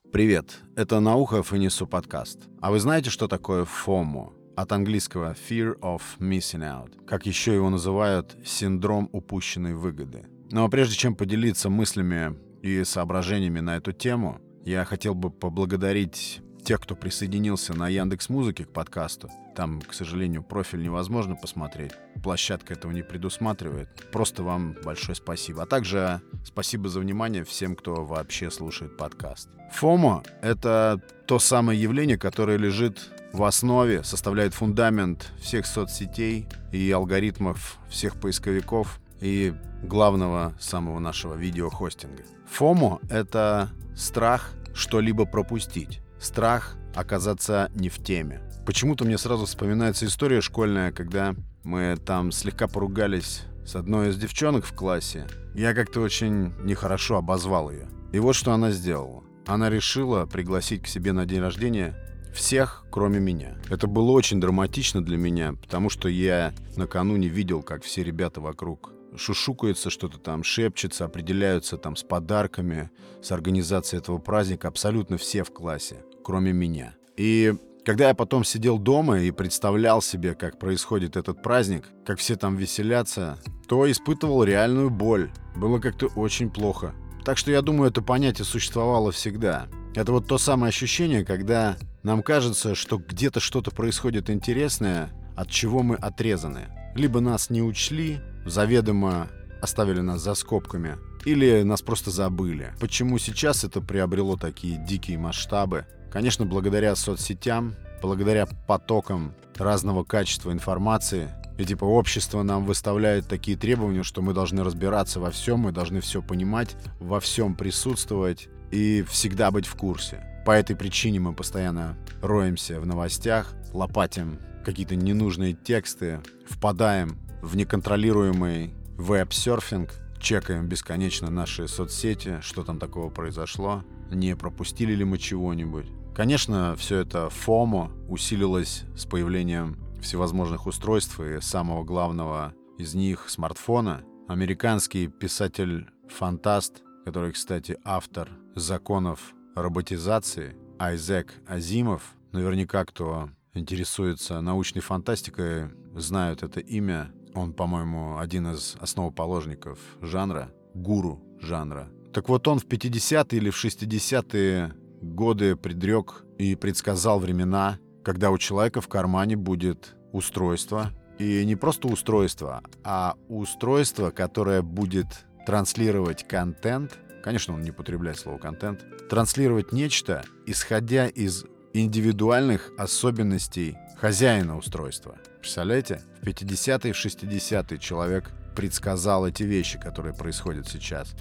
Привет, это Наухов и Несу подкаст. А вы знаете, что такое FOMO? От английского Fear of Missing Out. Как еще его называют, синдром упущенной выгоды. Но прежде чем поделиться мыслями и соображениями на эту тему, я хотел бы поблагодарить тех, кто присоединился на Яндекс.Музыке к подкасту. Там, к сожалению, профиль невозможно посмотреть. Площадка этого не предусматривает. Просто вам большое спасибо. А также спасибо за внимание всем, кто вообще слушает подкаст. FOMO — это то самое явление, которое лежит в основе, составляет фундамент всех соцсетей и алгоритмов всех поисковиков и главного самого нашего видеохостинга. FOMO — это страх что-либо пропустить. Страх оказаться не в теме. Почему-то мне сразу вспоминается история школьная, когда мы там слегка поругались с одной из девчонок в классе. Я как-то очень нехорошо обозвал ее. И вот что она сделала. Она решила пригласить к себе на день рождения всех, кроме меня. Это было очень драматично для меня, потому что я накануне видел, как все ребята вокруг шушукаются, что-то там шепчется, определяются там с подарками, с организацией этого праздника. Абсолютно все в классе, кроме меня. И когда я потом сидел дома и представлял себе, как происходит этот праздник, как все там веселятся, то испытывал реальную боль. Было как-то очень плохо. Так что я думаю, это понятие существовало всегда. Это вот то самое ощущение, когда нам кажется, что где-то что-то происходит интересное, от чего мы отрезаны. Либо нас не учли, заведомо оставили нас за скобками, или нас просто забыли. Почему сейчас это приобрело такие дикие масштабы? Конечно, благодаря соцсетям, благодаря потокам разного качества информации. И типа общество нам выставляет такие требования, что мы должны разбираться во всем, мы должны все понимать, во всем присутствовать и всегда быть в курсе. По этой причине мы постоянно роемся в новостях, лопатим какие-то ненужные тексты, впадаем в неконтролируемый веб-серфинг, чекаем бесконечно наши соцсети, что там такого произошло, не пропустили ли мы чего-нибудь. Конечно, все это FOMO усилилось с появлением всевозможных устройств и самого главного из них — смартфона. Американский писатель-фантаст, который, кстати, автор законов роботизации, Айзек Азимов, наверняка кто интересуется научной фантастикой, знают это имя. Он, по-моему, один из основоположников жанра, гуру жанра. Так вот, он в 50-е или в 60-е годы предрек и предсказал времена, когда у человека в кармане будет устройство. И не просто устройство, а устройство, которое будет транслировать контент. Конечно, он не употребляет слово «контент». Транслировать нечто, исходя из индивидуальных особенностей хозяина устройства. Представляете? В 50-е, в 60-е человек предсказал эти вещи, которые происходят сейчас.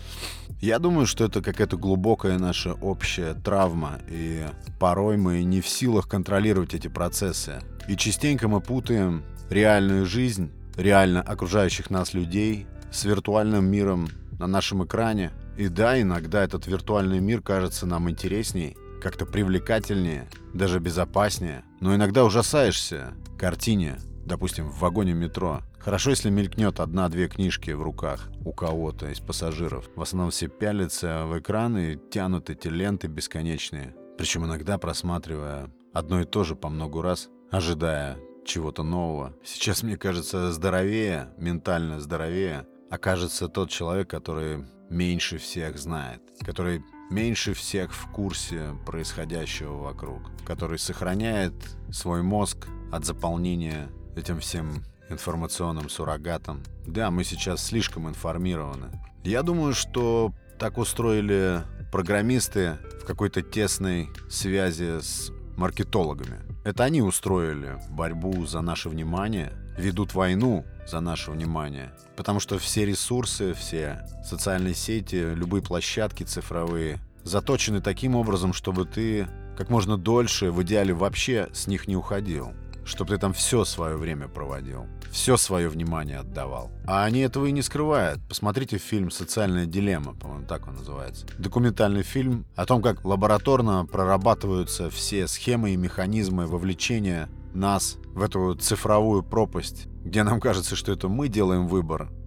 Я думаю, что это какая-то глубокая наша общая травма, и порой мы не в силах контролировать эти процессы. И частенько мы путаем реальную жизнь, реально окружающих нас людей с виртуальным миром на нашем экране. И да, иногда этот виртуальный мир кажется нам интересней, как-то привлекательнее, даже безопаснее. Но иногда ужасаешься картине, допустим, в вагоне метро. Хорошо, если мелькнет одна-две книжки в руках у кого-то из пассажиров. В основном все пялятся в экран и тянут эти ленты бесконечные. Причем иногда просматривая одно и то же по много раз, ожидая чего-то нового. Сейчас, мне кажется, здоровее, ментально здоровее окажется тот человек, который меньше всех знает, который меньше всех в курсе происходящего вокруг, который сохраняет свой мозг от заполнения этим всем информационным суррогатом. Да, мы сейчас слишком информированы. Я думаю, что так устроили программисты в какой-то тесной связи с маркетологами. Это они устроили борьбу за наше внимание, ведут войну за наше внимание. Потому что все ресурсы, все социальные сети, любые площадки цифровые заточены таким образом, чтобы ты как можно дольше, в идеале вообще с них не уходил. Чтобы ты там все свое время проводил, все свое внимание отдавал. А они этого и не скрывают. Посмотрите фильм «Социальная дилемма», по-моему, так он называется. Документальный фильм о том, как лабораторно прорабатываются все схемы и механизмы вовлечения нас в эту цифровую пропасть, где нам кажется, что это мы делаем выбор,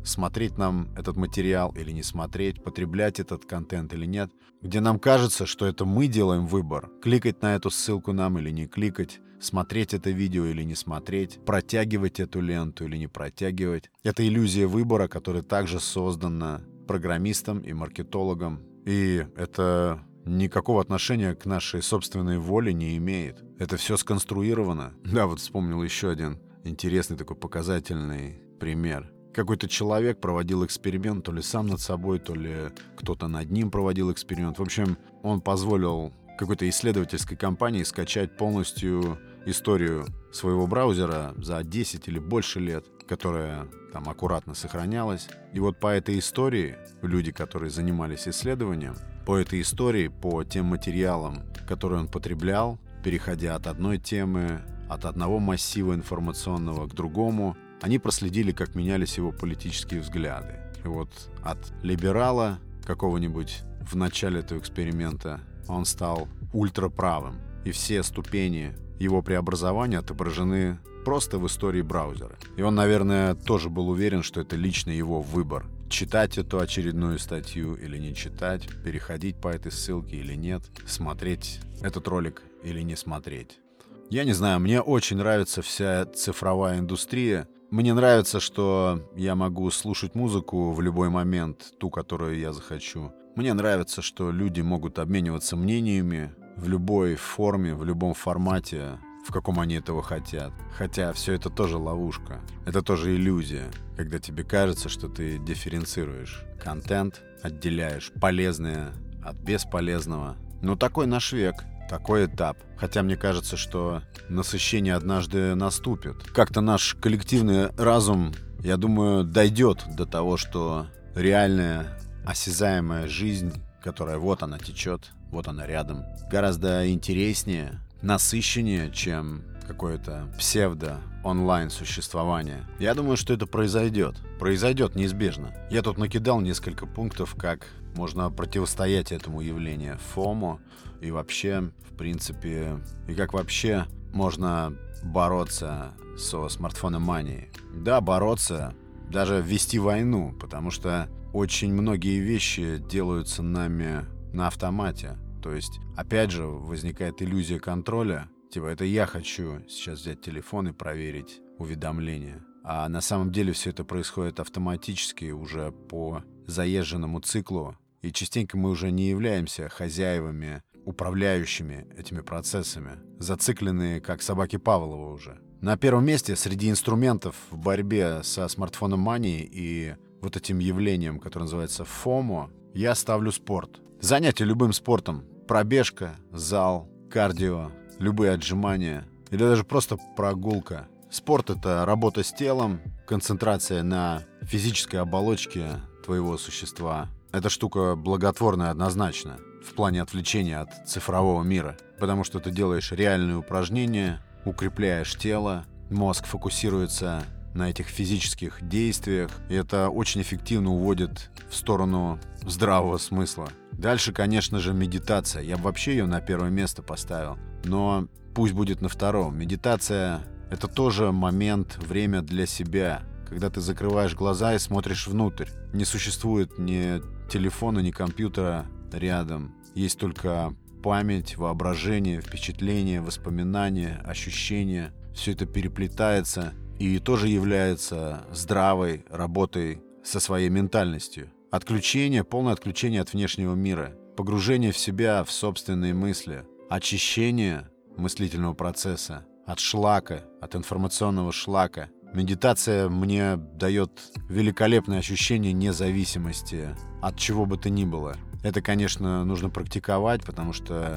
смотреть нам этот материал или не смотреть, потреблять этот контент или нет, где нам кажется, что это мы делаем выбор, кликать на эту ссылку нам или не кликать, смотреть это видео или не смотреть, протягивать эту ленту или не протягивать. Это иллюзия выбора, которая также создана программистом и маркетологом. И это никакого отношения к нашей собственной воле не имеет. Это все сконструировано. Да, вот вспомнил еще один интересный такой показательный пример. Какой-то человек проводил эксперимент, то ли сам над собой, то ли кто-то над ним проводил эксперимент. В общем, он позволил какой-то исследовательской компании скачать полностью историю своего браузера за 10 или больше лет, которая там аккуратно сохранялась. И вот по этой истории люди, которые занимались исследованием, по этой истории, по тем материалам, которые он потреблял, переходя от одной темы, от одного массива информационного к другому, они проследили, как менялись его политические взгляды. И вот от либерала какого-нибудь в начале этого эксперимента он стал ультраправым. И все ступени его преобразования отображены просто в истории браузера. И он, наверное, тоже был уверен, что это лично его выбор. Читать эту очередную статью или не читать, переходить по этой ссылке или нет, смотреть этот ролик или не смотреть. Я не знаю, мне очень нравится вся цифровая индустрия. Мне нравится, что я могу слушать музыку в любой момент, ту, которую я захочу. Мне нравится, что люди могут обмениваться мнениями в любой форме, в любом формате, в каком они этого хотят. Хотя все это тоже ловушка. Это тоже иллюзия, когда тебе кажется, что ты дифференцируешь контент, отделяешь полезное от бесполезного. Но такой наш век. Такой этап. Хотя мне кажется, что насыщение однажды наступит. Как-то наш коллективный разум, я думаю, дойдет до того, что реальная, осязаемая жизнь, которая вот она течет, вот она рядом, гораздо интереснее, насыщеннее, чем какое-то псевдо-онлайн существование. Я думаю, что это произойдет. Произойдет неизбежно. Я тут накидал несколько пунктов, как можно противостоять этому явлению FOMO и вообще, в принципе, и как вообще можно бороться со смартфономанией. Да, бороться, даже вести войну, потому что очень многие вещи делаются нами на автомате. То есть, опять же, возникает иллюзия контроля. Типа, это я хочу сейчас взять телефон и проверить уведомления. А на самом деле все это происходит автоматически уже по заезженному циклу. И частенько мы уже не являемся хозяевами, управляющими этими процессами. Зацикленные, как собаки Павлова уже. На первом месте среди инструментов в борьбе со смартфономанией и вот этим явлением, которое называется FOMO, я ставлю спорт. Занятие любым спортом. Пробежка, зал, кардио, любые отжимания или даже просто прогулка. Спорт — это работа с телом, концентрация на физической оболочке твоего существа. Эта штука благотворная однозначно в плане отвлечения от цифрового мира, потому что ты делаешь реальные упражнения, укрепляешь тело, мозг фокусируется на этих физических действиях, и это очень эффективно уводит в сторону здравого смысла. Дальше, конечно же, медитация. Я бы вообще ее на первое место поставил, но пусть будет на втором. Медитация — это тоже момент, время для себя, когда ты закрываешь глаза и смотришь внутрь. Не существует ни телефона, ни компьютера рядом. Есть только память, воображение, впечатления, воспоминания, ощущения. Все это переплетается и тоже является здравой работой со своей ментальностью. Отключение, полное отключение от внешнего мира, погружение в себя, в собственные мысли, очищение мыслительного процесса от шлака, от информационного шлака. Медитация мне дает великолепное ощущение независимости от чего бы то ни было. Это, конечно, нужно практиковать, потому что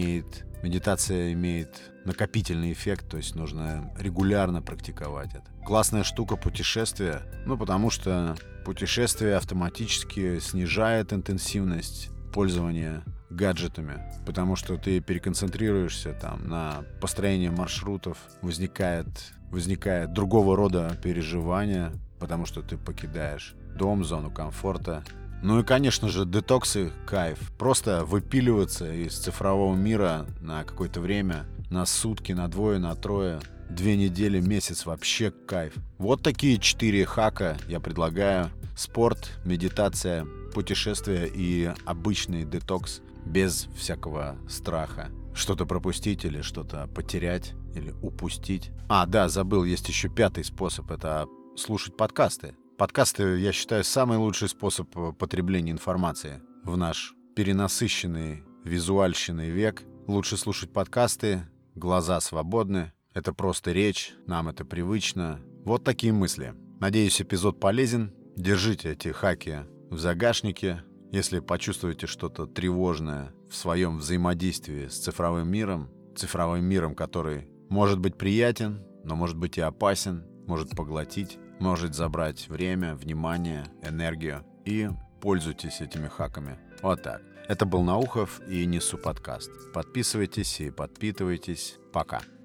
медитация имеет накопительный эффект, то есть нужно регулярно практиковать это. Классная штука путешествия, потому что путешествие автоматически снижает интенсивность пользования гаджетами, потому что ты переконцентрируешься там на построении маршрутов, возникает другого рода переживания, потому что ты покидаешь дом, зону комфорта. Ну и, конечно же, детоксы — кайф. Просто выпиливаться из цифрового мира на какое-то время, на сутки, на двое, на трое. 2 недели, месяц вообще кайф. Вот такие 4 хака я предлагаю. Спорт, медитация, путешествия и обычный детокс без всякого страха. Что-то пропустить или что-то потерять или упустить. Да, забыл, есть еще 5-й способ. Это слушать подкасты. Подкасты, я считаю, самый лучший способ потребления информации в наш перенасыщенный визуальщиной век. Лучше слушать подкасты, глаза свободны. Это просто речь, нам это привычно. Вот такие мысли. Надеюсь, эпизод полезен. Держите эти хаки в загашнике. Если почувствуете что-то тревожное в своем взаимодействии с цифровым миром, который может быть приятен, но может быть и опасен, может поглотить, может забрать время, внимание, энергию, и пользуйтесь этими хаками. Вот так. Это был Наухов и Несу подкаст. Подписывайтесь и подпитывайтесь. Пока.